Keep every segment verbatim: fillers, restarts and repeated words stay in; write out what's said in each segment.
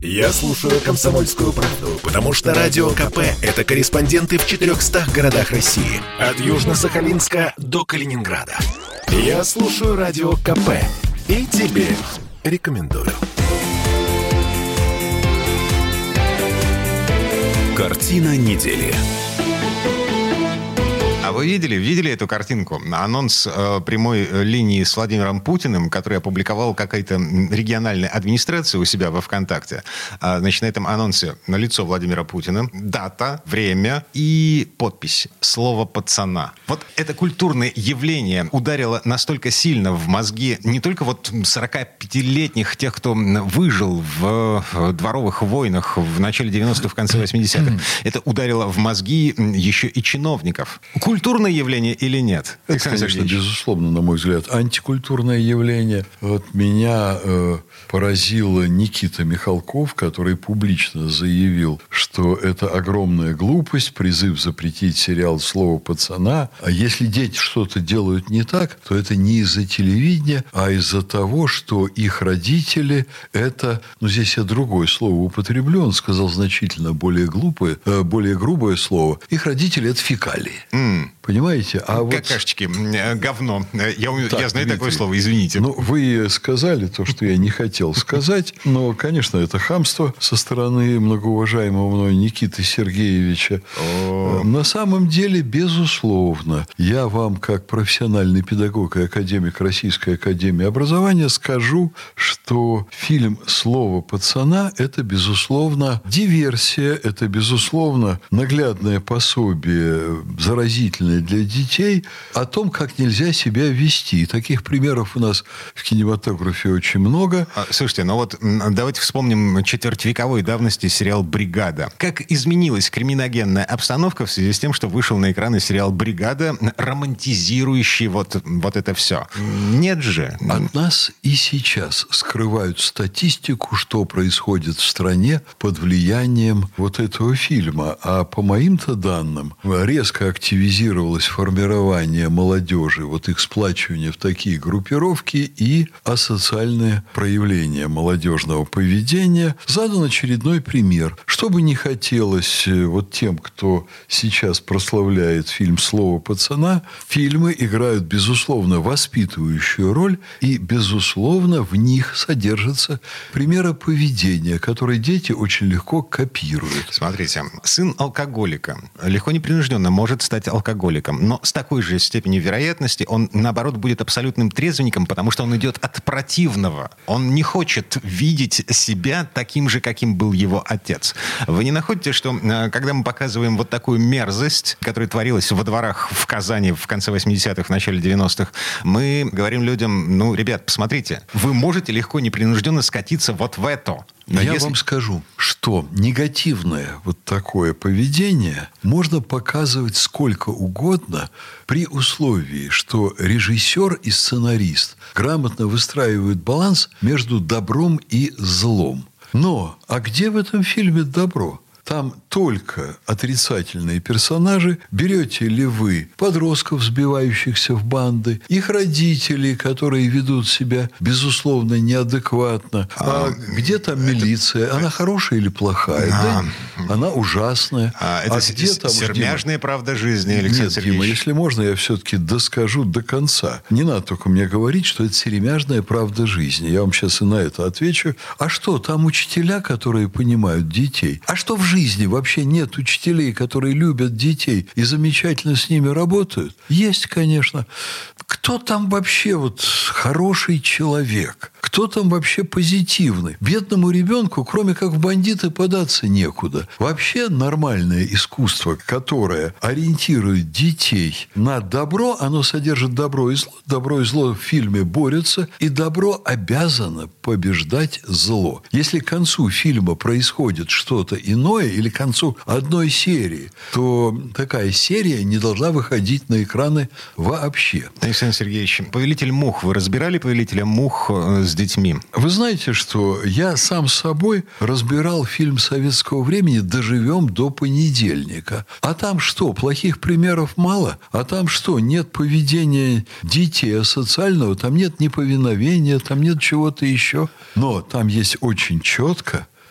Я слушаю «Комсомольскую правду», потому что Радио КП – это корреспонденты в четырехстах городах России. От Южно-Сахалинска до Калининграда. Я слушаю Радио КП и тебе рекомендую. Картина недели. А вы видели, видели эту картинку? Анонс э, прямой линии с Владимиром Путиным, который опубликовал какая-то региональная администрация у себя во ВКонтакте. А, значит, на этом анонсе на лицо Владимира Путина дата, время и подпись. Слово «пацана». Вот это культурное явление ударило настолько сильно в мозги не только вот сорокапятилетних, тех, кто выжил в дворовых войнах в начале девяностых, в конце восьмидесятых. Это ударило в мозги еще и чиновников. Культурное явление или нет? Это, конечно, безусловно, на мой взгляд, антикультурное явление. Вот меня э, поразило Никита Михалков, который публично заявил, что это огромная глупость, призыв запретить сериал «Слово пацана». А если дети что-то делают не так, то это не из-за телевидения, а из-за того, что их родители – это... Ну, здесь я другое слово употреблю. Он сказал значительно более глупое, э, более грубое слово. Их родители – это фекалии. Mm. Понимаете? А какашечки, вот... говно. Я, так, я знаю Дмитрий, такое слово, извините. Ну, вы сказали то, что я не хотел сказать, но, конечно, это хамство со стороны многоуважаемого мной Никиты Сергеевича. О. На самом деле, безусловно, я вам, как профессиональный педагог и академик Российской академии образования, скажу, что фильм «Слово пацана» – это, безусловно, диверсия, это, безусловно, наглядное пособие, заразительное для детей, о том, как нельзя себя вести. И таких примеров у нас в кинематографе очень много. А, слушайте, ну вот давайте вспомним четвертьвековой давности сериал «Бригада». Как изменилась криминогенная обстановка в связи с тем, что вышел на экраны сериал «Бригада», романтизирующий вот, вот это все? Нет же. От нас и сейчас скрывают статистику, что происходит в стране под влиянием вот этого фильма. А по моим-то данным, резко активизировалось формирование молодежи, вот их сплачивание в такие группировки и асоциальное проявление молодежного поведения. Задан очередной пример. Что бы ни хотелось вот тем, кто сейчас прославляет фильм «Слово пацана», фильмы играют, безусловно, воспитывающую роль, и, безусловно, в них содержатся примеры поведения, которые дети очень легко копируют. Смотрите, сын алкоголика легко непринужденно может стать алкоголиком, но с такой же степенью вероятности он, наоборот, будет абсолютным трезвенником, потому что он идет от противного. Он не хочет видеть себя таким же, каким был его отец. Вы не находите, что когда мы показываем вот такую мерзость, которая творилась во дворах в Казани в конце восьмидесятых, в начале девяностых, мы говорим людям: ну, ребят, посмотрите, вы можете легко непринужденно скатиться вот в это. Но я если... вам скажу, что негативное вот такое поведение можно показывать сколько угодно при условии, что режиссер и сценарист грамотно выстраивают баланс между добром и злом. Но, а где в этом фильме добро? Там только отрицательные персонажи. Берете ли вы подростков, сбивающихся в банды, их родителей, которые ведут себя, безусловно, неадекватно. А, а где там милиция? Это... Она хорошая или плохая? А... Да? Она ужасная. А, это а с- где там... сермяжная правда жизни, Александр Нет, Сергеевич. Дима, если можно, я все-таки доскажу до конца. Не надо только мне говорить, что это сермяжная правда жизни. Я вам сейчас и на это отвечу. А что, там учителя, которые понимают детей? А что в жизни? В жизни вообще нет учителей, которые любят детей и замечательно с ними работают? Есть, конечно. Кто там вообще вот хороший человек? Кто там вообще позитивный? Бедному ребенку, кроме как в бандиты, податься некуда. Вообще нормальное искусство, которое ориентирует детей на добро, оно содержит добро и зло. Добро и зло в фильме борются, и добро обязано побеждать зло. Если к концу фильма происходит что-то иное, или к концу одной серии, то такая серия не должна выходить на экраны вообще. Александр Сергеевич, «Повелитель мух». Вы разбирали «Повелителя мух» с детьми? Вы знаете, что я сам с собой разбирал фильм советского времени «Доживем до понедельника». А там что, плохих примеров мало? А там что, нет поведения детей асоциального? Там нет неповиновения, там нет чего-то еще. Но там есть очень четко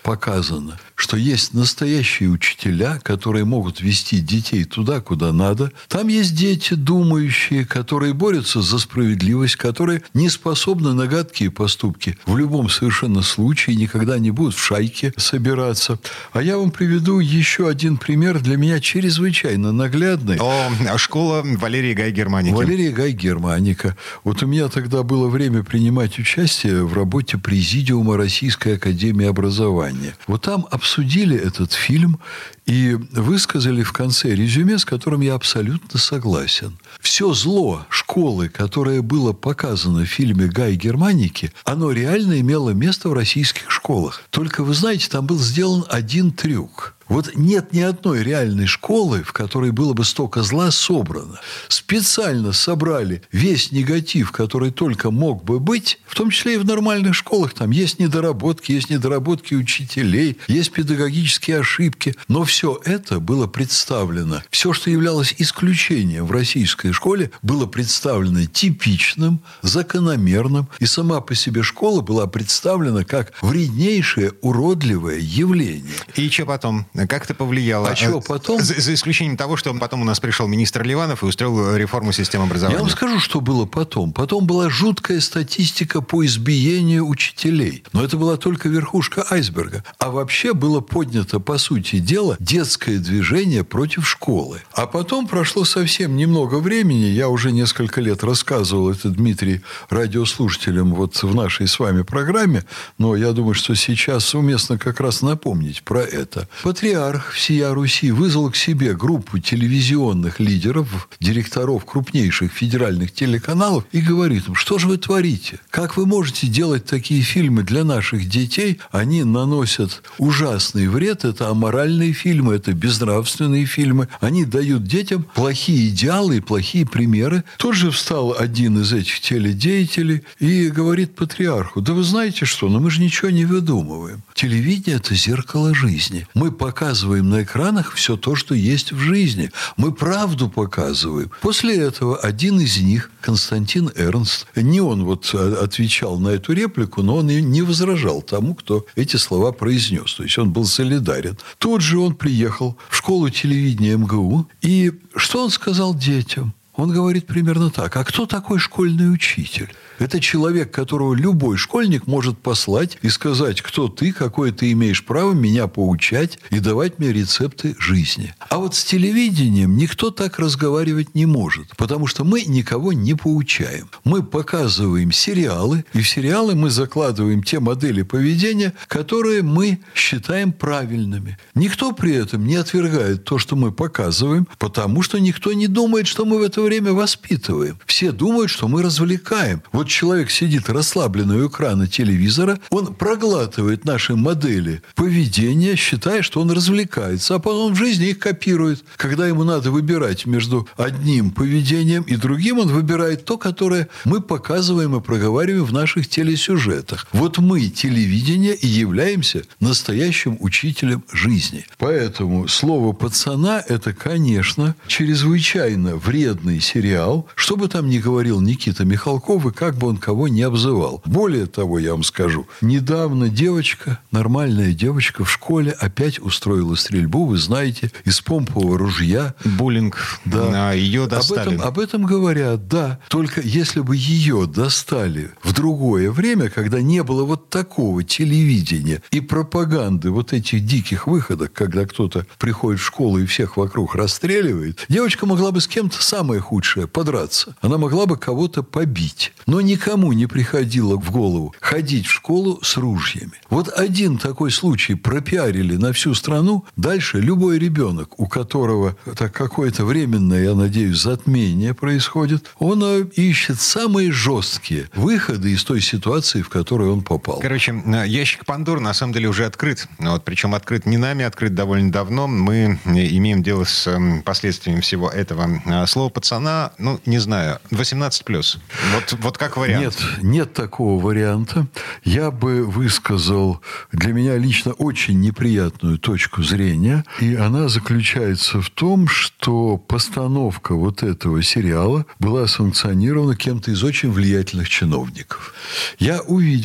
показано, что есть настоящие учителя, которые могут вести детей туда, куда надо. Там есть дети, думающие, которые борются за справедливость, которые не способны на гадкие поступки. В любом совершенно случае никогда не будут в шайке собираться. А я вам приведу еще один пример, для меня чрезвычайно наглядный. О, школа Валерии Гай-Германики. Валерия Гай-Германика. Вот у меня тогда было время принимать участие в работе Президиума Российской академии образования. Вот там обсудили этот фильм и высказали в конце резюме, с которым я абсолютно согласен. Все зло школы, которое было показано в фильме Гай-Германики, оно реально имело место в российских школах. Только, вы знаете, там был сделан один трюк. Вот нет ни одной реальной школы, в которой было бы столько зла собрано. Специально собрали весь негатив, который только мог бы быть, в том числе и в нормальных школах. Там есть недоработки, есть недоработки учителей, есть педагогические ошибки. Но все это было представлено. Все, что являлось исключением в российской школе, было представлено типичным, закономерным. И сама по себе школа была представлена как вреднейшее, уродливое явление. И что потом? Как это повлияло? А что потом? За, за исключением того, что потом у нас пришел министр Ливанов и устроил реформу системы образования. Я вам скажу, что было потом. Потом была жуткая статистика по избиению учителей. Но это была только верхушка айсберга. А вообще было поднято, по сути дела, детское движение против школы. А потом прошло совсем немного времени. Я уже несколько лет рассказывал это, Дмитрий, радиослушателям вот в нашей с вами программе. Но я думаю, что сейчас уместно как раз напомнить про это. Патриарх всея Руси вызвал к себе группу телевизионных лидеров, директоров крупнейших федеральных телеканалов и говорит им, что же вы творите? Как вы можете делать такие фильмы для наших детей? Они наносят ужасный вред. Это аморальные фильмы, это безнравственные фильмы. Они дают детям плохие идеалы и плохие примеры. Тут же встал один из этих теледеятелей и говорит патриарху, да вы знаете что, ну мы же ничего не выдумываем. Телевидение – это зеркало жизни. Мы показываем на экранах все то, что есть в жизни. Мы правду показываем. После этого один из них, Константин Эрнст, не он вот отвечал на эту реплику, но он и не возражал тому, кто эти слова произнес. То есть он был солидарен. Тут же он приехал в школу телевидения эм гэ у. И что он сказал детям? Он говорит примерно так. А кто такой школьный учитель? Это человек, которого любой школьник может послать и сказать, кто ты, какое ты имеешь право меня поучать и давать мне рецепты жизни. А вот с телевидением никто так разговаривать не может, потому что мы никого не поучаем. Мы показываем сериалы, и в сериалы мы закладываем те модели поведения, которые мы считаем правильными. Никто при этом не отвергает то, что мы показываем, потому что никто не думает, что мы в это время воспитываем. Все думают, что мы развлекаем. Вот человек сидит расслабленный у экрана телевизора, он проглатывает наши модели поведения, считая, что он развлекается, а потом в жизни их копирует. Когда ему надо выбирать между одним поведением и другим, он выбирает то, которое мы показываем и проговариваем в наших телесюжетах. Вот мы, телевидение, и являемся настоящим учителем жизни. Поэтому слово «пацана» – это, конечно, чрезвычайно вредный сериал, что бы там ни говорил Никита Михалков, и как бы он кого не обзывал. Более того, я вам скажу, недавно девочка, нормальная девочка в школе опять устроила стрельбу, вы знаете, из помпового ружья. Буллинг. Да. Ее достали. Об этом, об этом говорят, да. Только если бы ее достали в другое время, когда не было вот такого телевидения и пропаганды вот этих диких выходок, когда кто-то приходит в школу и всех вокруг расстреливает, девочка могла бы с кем-то самое худшее подраться. Она могла бы кого-то побить. Но никому не приходило в голову ходить в школу с ружьями. Вот один такой случай пропиарили на всю страну. Дальше любой ребенок, у которого так какое-то временное, я надеюсь, затмение происходит, он ищет самые жесткие выходы из той ситуации, в которую он попал. Короче, ящик Пандоры на самом деле уже открыт. Вот, причем открыт не нами, открыт довольно давно. Мы имеем дело с последствиями всего этого. Слово «пацана», ну, не знаю, восемнадцать плюс. Вот, вот как вариант. Нет, нет такого варианта. Я бы высказал для меня лично очень неприятную точку зрения. И она заключается в том, что постановка вот этого сериала была санкционирована кем-то из очень влиятельных чиновников. Я увидел,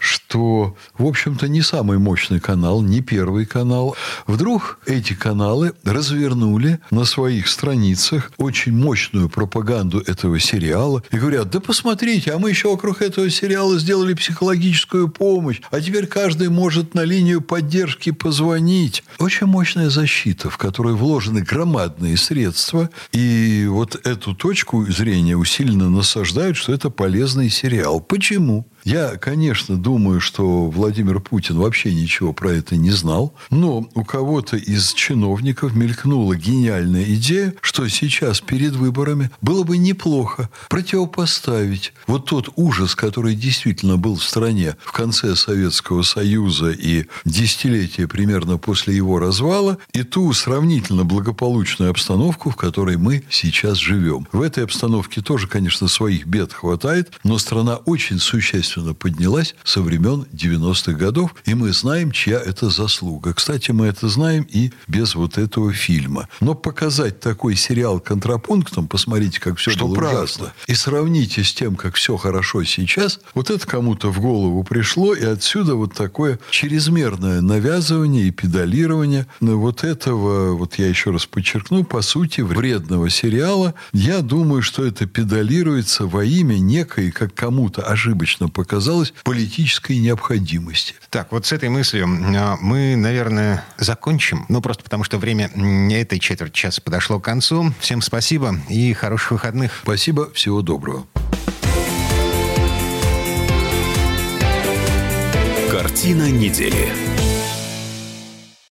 что, в общем-то, не самый мощный канал, не первый канал. Вдруг эти каналы развернули на своих страницах очень мощную пропаганду этого сериала и говорят: да посмотрите, а мы еще вокруг этого сериала сделали психологическую помощь, а теперь каждый может на линию поддержки позвонить. Очень мощная защита, в которой вложены громадные средства, и вот эту точку зрения усиленно насаждают, что это полезный сериал. Почему? Я, конечно, думаю, что Владимир Путин вообще ничего про это не знал, но у кого-то из чиновников мелькнула гениальная идея, что сейчас перед выборами было бы неплохо противопоставить вот тот ужас, который действительно был в стране в конце Советского Союза и десятилетия примерно после его развала, и ту сравнительно благополучную обстановку, в которой мы сейчас живем. В этой обстановке тоже, конечно, своих бед хватает, но страна очень существенно поднялась со времен девяностых годов, и мы знаем, чья это заслуга. Кстати, мы это знаем и без вот этого фильма. Но показать такой сериал контрапунктом, посмотрите, как все что было правда. ужасно, и сравните с тем, как все хорошо сейчас, вот это кому-то в голову пришло, и отсюда вот такое чрезмерное навязывание и педалирование вот этого, вот я еще раз подчеркну, по сути, вредного сериала. Я думаю, что это педалируется во имя некой, как кому-то ошибочно показалось, казалось, политической необходимости. Так, вот с этой мыслью мы, наверное, закончим. Ну, просто потому, что время этой четверти часа подошло к концу. Всем спасибо и хороших выходных. Спасибо, всего доброго. Картина недели.